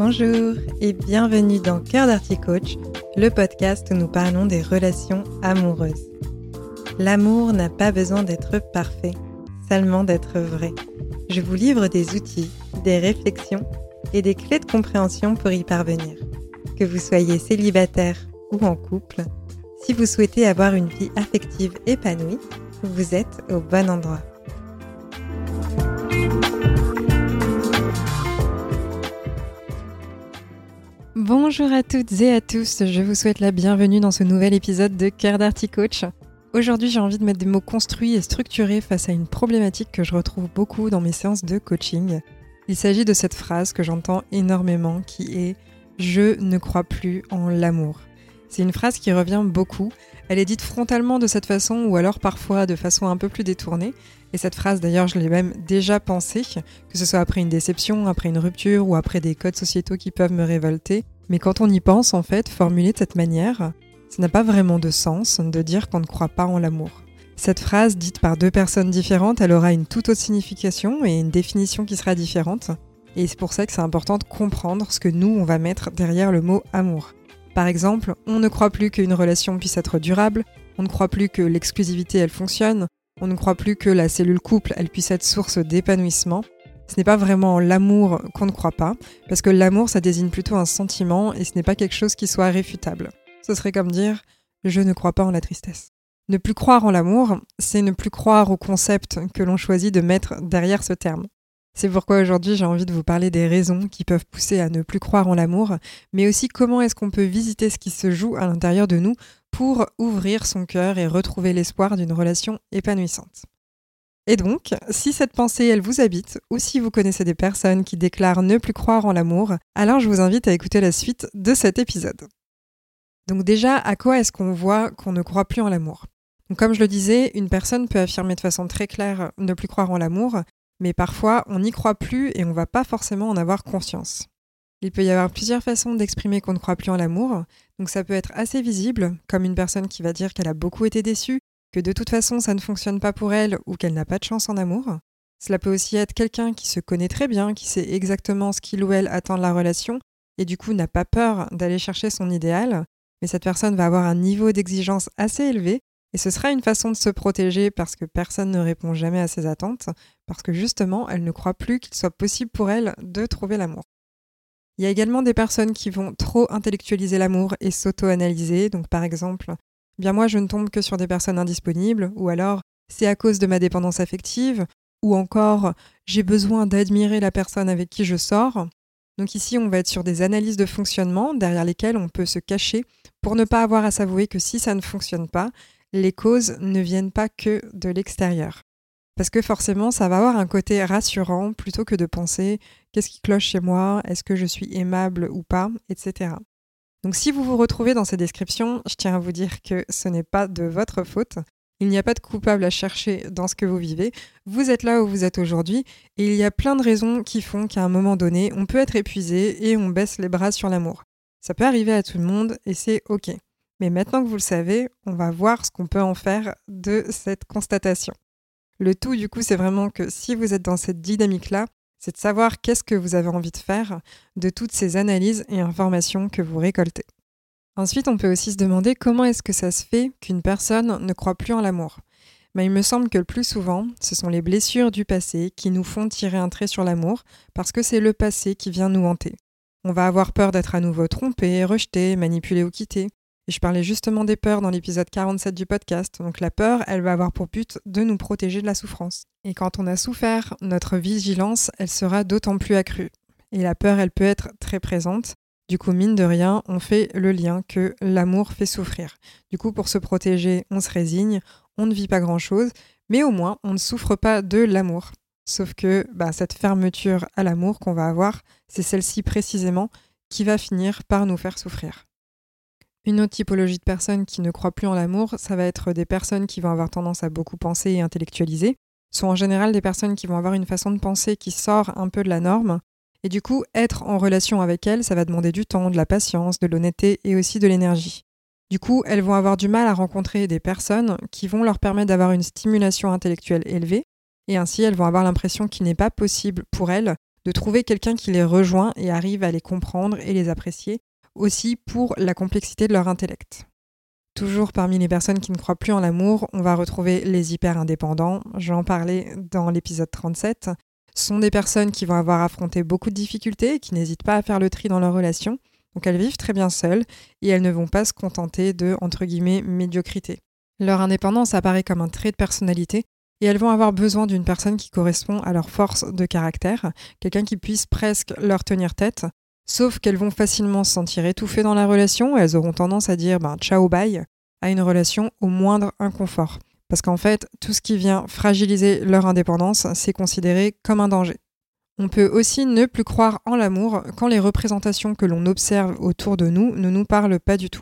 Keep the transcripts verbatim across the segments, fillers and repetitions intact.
Bonjour et bienvenue dans Cœur d'Arty Coach, le podcast où nous parlons des relations amoureuses. L'amour n'a pas besoin d'être parfait, seulement d'être vrai. Je vous livre des outils, des réflexions et des clés de compréhension pour y parvenir. Que vous soyez célibataire ou en couple, si vous souhaitez avoir une vie affective épanouie, vous êtes au bon endroit. Bonjour à toutes et à tous, je vous souhaite la bienvenue dans ce nouvel épisode de Cœur d'Arty Coach. Aujourd'hui, j'ai envie de mettre des mots construits et structurés face à une problématique que je retrouve beaucoup dans mes séances de coaching. Il s'agit de cette phrase que j'entends énormément qui est « Je ne crois plus en l'amour ». C'est une phrase qui revient beaucoup. Elle est dite frontalement de cette façon ou alors parfois de façon un peu plus détournée. Et cette phrase, d'ailleurs, je l'ai même déjà pensée, que ce soit après une déception, après une rupture ou après des codes sociétaux qui peuvent me révolter. Mais quand on y pense, en fait, formuler de cette manière, ça n'a pas vraiment de sens de dire qu'on ne croit pas en l'amour. Cette phrase, dite par deux personnes différentes, elle aura une toute autre signification et une définition qui sera différente. Et c'est pour ça que c'est important de comprendre ce que nous, on va mettre derrière le mot amour. Par exemple, on ne croit plus qu'une relation puisse être durable, on ne croit plus que l'exclusivité, elle fonctionne, on ne croit plus que la cellule couple, elle puisse être source d'épanouissement. Ce n'est pas vraiment l'amour qu'on ne croit pas, parce que l'amour, ça désigne plutôt un sentiment et ce n'est pas quelque chose qui soit réfutable. Ce serait comme dire « je ne crois pas en la tristesse ». Ne plus croire en l'amour, c'est ne plus croire au concept que l'on choisit de mettre derrière ce terme. C'est pourquoi aujourd'hui j'ai envie de vous parler des raisons qui peuvent pousser à ne plus croire en l'amour, mais aussi comment est-ce qu'on peut visiter ce qui se joue à l'intérieur de nous pour ouvrir son cœur et retrouver l'espoir d'une relation épanouissante. Et donc, si cette pensée elle vous habite, ou si vous connaissez des personnes qui déclarent ne plus croire en l'amour, alors je vous invite à écouter la suite de cet épisode. Donc déjà, à quoi est-ce qu'on voit qu'on ne croit plus en l'amour ? Donc comme je le disais, une personne peut affirmer de façon très claire ne plus croire en l'amour, mais parfois, on n'y croit plus et on ne va pas forcément en avoir conscience. Il peut y avoir plusieurs façons d'exprimer qu'on ne croit plus en l'amour. Donc ça peut être assez visible, comme une personne qui va dire qu'elle a beaucoup été déçue, que de toute façon ça ne fonctionne pas pour elle ou qu'elle n'a pas de chance en amour. Cela peut aussi être quelqu'un qui se connaît très bien, qui sait exactement ce qu'il ou elle attend de la relation et du coup n'a pas peur d'aller chercher son idéal. Mais cette personne va avoir un niveau d'exigence assez élevé. Et ce sera une façon de se protéger parce que personne ne répond jamais à ses attentes, parce que justement, elle ne croit plus qu'il soit possible pour elle de trouver l'amour. Il y a également des personnes qui vont trop intellectualiser l'amour et s'auto-analyser. Donc par exemple, eh bien moi je ne tombe que sur des personnes indisponibles, ou alors c'est à cause de ma dépendance affective, ou encore j'ai besoin d'admirer la personne avec qui je sors. Donc ici, on va être sur des analyses de fonctionnement derrière lesquelles on peut se cacher pour ne pas avoir à s'avouer que si ça ne fonctionne pas, les causes ne viennent pas que de l'extérieur. Parce que forcément, ça va avoir un côté rassurant plutôt que de penser « qu'est-ce qui cloche chez moi ? Est-ce que je suis aimable ou pas ?» et cetera. Donc si vous vous retrouvez dans ces descriptions, je tiens à vous dire que ce n'est pas de votre faute. Il n'y a pas de coupable à chercher dans ce que vous vivez. Vous êtes là où vous êtes aujourd'hui et il y a plein de raisons qui font qu'à un moment donné, on peut être épuisé et on baisse les bras sur l'amour. Ça peut arriver à tout le monde et c'est OK. Mais maintenant que vous le savez, on va voir ce qu'on peut en faire de cette constatation. Le tout, du coup, c'est vraiment que si vous êtes dans cette dynamique-là, c'est de savoir qu'est-ce que vous avez envie de faire de toutes ces analyses et informations que vous récoltez. Ensuite, on peut aussi se demander comment est-ce que ça se fait qu'une personne ne croit plus en l'amour. Ben, il me semble que le plus souvent, ce sont les blessures du passé qui nous font tirer un trait sur l'amour parce que c'est le passé qui vient nous hanter. On va avoir peur d'être à nouveau trompé, rejeté, manipulé ou quitté. Et je parlais justement des peurs dans l'épisode quarante-sept du podcast. Donc la peur, elle va avoir pour but de nous protéger de la souffrance. Et quand on a souffert, notre vigilance, elle sera d'autant plus accrue. Et la peur, elle peut être très présente. Du coup, mine de rien, on fait le lien que l'amour fait souffrir. Du coup, pour se protéger, on se résigne, on ne vit pas grand-chose, mais au moins, on ne souffre pas de l'amour. Sauf que bah, cette fermeture à l'amour qu'on va avoir, c'est celle-ci précisément qui va finir par nous faire souffrir. Une autre typologie de personnes qui ne croient plus en l'amour, ça va être des personnes qui vont avoir tendance à beaucoup penser et intellectualiser. Ce sont en général des personnes qui vont avoir une façon de penser qui sort un peu de la norme. Et du coup, être en relation avec elles, ça va demander du temps, de la patience, de l'honnêteté et aussi de l'énergie. Du coup, elles vont avoir du mal à rencontrer des personnes qui vont leur permettre d'avoir une stimulation intellectuelle élevée. Et ainsi, elles vont avoir l'impression qu'il n'est pas possible pour elles de trouver quelqu'un qui les rejoint et arrive à les comprendre et les apprécier, aussi pour la complexité de leur intellect. Toujours parmi les personnes qui ne croient plus en l'amour, on va retrouver les hyper indépendants, j'en parlais dans l'épisode trente-sept. Ce sont des personnes qui vont avoir affronté beaucoup de difficultés, qui n'hésitent pas à faire le tri dans leurs relations, donc elles vivent très bien seules et elles ne vont pas se contenter de, entre guillemets, médiocrité. Leur indépendance apparaît comme un trait de personnalité et elles vont avoir besoin d'une personne qui correspond à leur force de caractère, quelqu'un qui puisse presque leur tenir tête, sauf qu'elles vont facilement se sentir étouffées dans la relation et elles auront tendance à dire ben, ciao bye à une relation au moindre inconfort. Parce qu'en fait, tout ce qui vient fragiliser leur indépendance, c'est considéré comme un danger. On peut aussi ne plus croire en l'amour quand les représentations que l'on observe autour de nous ne nous parlent pas du tout.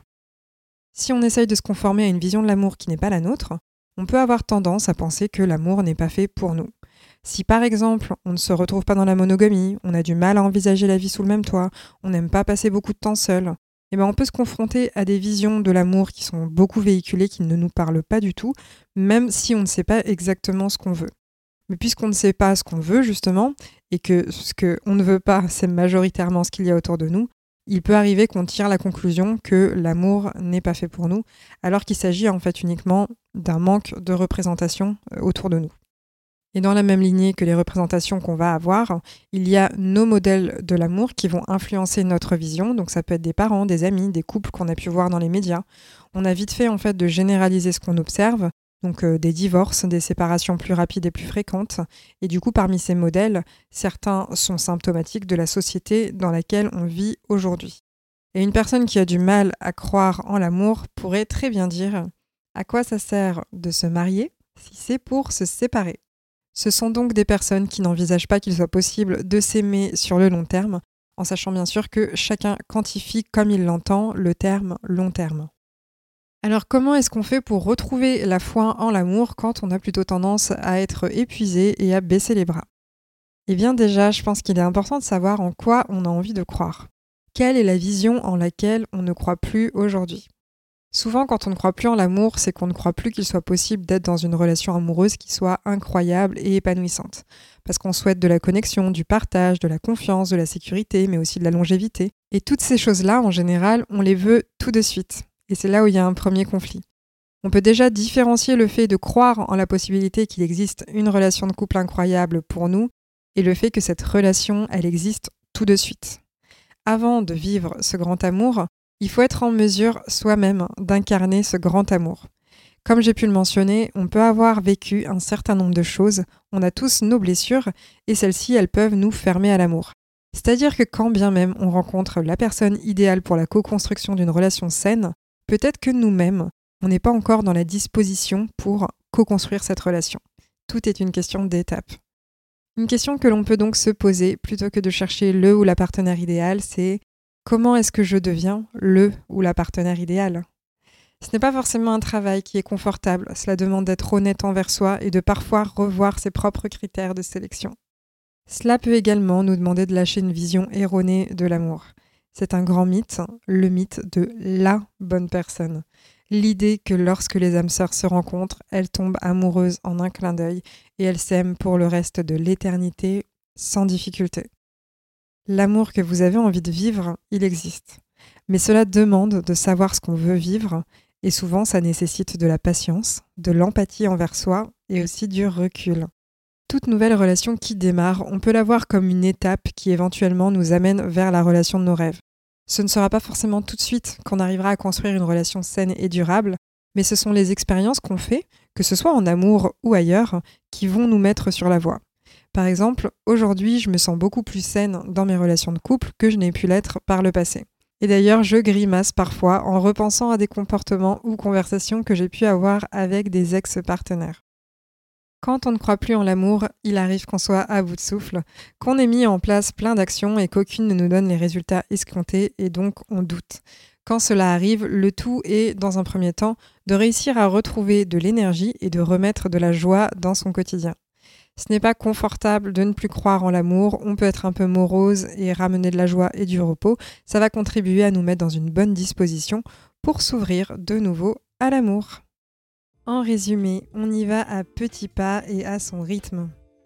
Si on essaye de se conformer à une vision de l'amour qui n'est pas la nôtre, on peut avoir tendance à penser que l'amour n'est pas fait pour nous. Si par exemple, on ne se retrouve pas dans la monogamie, on a du mal à envisager la vie sous le même toit, on n'aime pas passer beaucoup de temps seul, eh ben on peut se confronter à des visions de l'amour qui sont beaucoup véhiculées, qui ne nous parlent pas du tout, même si on ne sait pas exactement ce qu'on veut. Mais puisqu'on ne sait pas ce qu'on veut justement, et que ce qu'on ne veut pas, c'est majoritairement ce qu'il y a autour de nous, il peut arriver qu'on tire la conclusion que l'amour n'est pas fait pour nous, alors qu'il s'agit en fait uniquement d'un manque de représentation autour de nous. Et dans la même lignée que les représentations qu'on va avoir, il y a nos modèles de l'amour qui vont influencer notre vision. Donc ça peut être des parents, des amis, des couples qu'on a pu voir dans les médias. On a vite fait en fait de généraliser ce qu'on observe, donc euh, des divorces, des séparations plus rapides et plus fréquentes. Et du coup, parmi ces modèles, certains sont symptomatiques de la société dans laquelle on vit aujourd'hui. Et une personne qui a du mal à croire en l'amour pourrait très bien dire « À quoi ça sert de se marier si c'est pour se séparer ?» Ce sont donc des personnes qui n'envisagent pas qu'il soit possible de s'aimer sur le long terme, en sachant bien sûr que chacun quantifie comme il l'entend le terme long terme. Alors comment est-ce qu'on fait pour retrouver la foi en l'amour quand on a plutôt tendance à être épuisé et à baisser les bras ? Eh bien déjà, je pense qu'il est important de savoir en quoi on a envie de croire. Quelle est la vision en laquelle on ne croit plus aujourd'hui ? Souvent, quand on ne croit plus en l'amour, c'est qu'on ne croit plus qu'il soit possible d'être dans une relation amoureuse qui soit incroyable et épanouissante. Parce qu'on souhaite de la connexion, du partage, de la confiance, de la sécurité, mais aussi de la longévité. Et toutes ces choses-là, en général, on les veut tout de suite. Et c'est là où il y a un premier conflit. On peut déjà différencier le fait de croire en la possibilité qu'il existe une relation de couple incroyable pour nous et le fait que cette relation, elle existe tout de suite. Avant de vivre ce grand amour, il faut être en mesure soi-même d'incarner ce grand amour. Comme j'ai pu le mentionner, on peut avoir vécu un certain nombre de choses, on a tous nos blessures, et celles-ci, elles peuvent nous fermer à l'amour. C'est-à-dire que quand bien même on rencontre la personne idéale pour la co-construction d'une relation saine, peut-être que nous-mêmes, on n'est pas encore dans la disposition pour co-construire cette relation. Tout est une question d'étape. Une question que l'on peut donc se poser, plutôt que de chercher le ou la partenaire idéal, c'est comment est-ce que je deviens le ou la partenaire idéal ? Ce n'est pas forcément un travail qui est confortable, cela demande d'être honnête envers soi et de parfois revoir ses propres critères de sélection. Cela peut également nous demander de lâcher une vision erronée de l'amour. C'est un grand mythe, le mythe de la bonne personne. L'idée que lorsque les âmes sœurs se rencontrent, elles tombent amoureuses en un clin d'œil et elles s'aiment pour le reste de l'éternité sans difficulté. L'amour que vous avez envie de vivre, il existe. Mais cela demande de savoir ce qu'on veut vivre et souvent ça nécessite de la patience, de l'empathie envers soi et aussi du recul. Toute nouvelle relation qui démarre, on peut la voir comme une étape qui éventuellement nous amène vers la relation de nos rêves. Ce ne sera pas forcément tout de suite qu'on arrivera à construire une relation saine et durable, mais ce sont les expériences qu'on fait, que ce soit en amour ou ailleurs, qui vont nous mettre sur la voie. Par exemple, aujourd'hui, je me sens beaucoup plus saine dans mes relations de couple que je n'ai pu l'être par le passé. Et d'ailleurs, je grimace parfois en repensant à des comportements ou conversations que j'ai pu avoir avec des ex-partenaires. Quand on ne croit plus en l'amour, il arrive qu'on soit à bout de souffle, qu'on ait mis en place plein d'actions et qu'aucune ne nous donne les résultats escomptés et donc on doute. Quand cela arrive, le tout est, dans un premier temps, de réussir à retrouver de l'énergie et de remettre de la joie dans son quotidien. Ce n'est pas confortable de ne plus croire en l'amour, on peut être un peu morose et ramener de la joie et du repos. Ça va contribuer à nous mettre dans une bonne disposition pour s'ouvrir de nouveau à l'amour. En résumé, on y va à petits pas et à son rythme.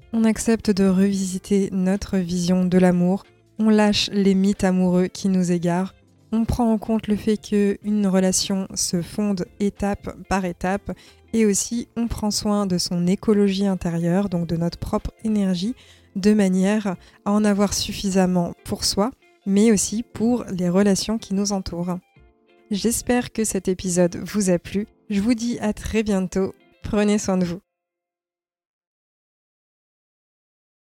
On accepte de revisiter notre vision de l'amour, on lâche les mythes amoureux qui nous égarent, on prend en compte le fait qu'une relation se fonde étape par étape et aussi on prend soin de son écologie intérieure, donc de notre propre énergie, de manière à en avoir suffisamment pour soi, mais aussi pour les relations qui nous entourent. J'espère que cet épisode vous a plu. Je vous dis à très bientôt. Prenez soin de vous.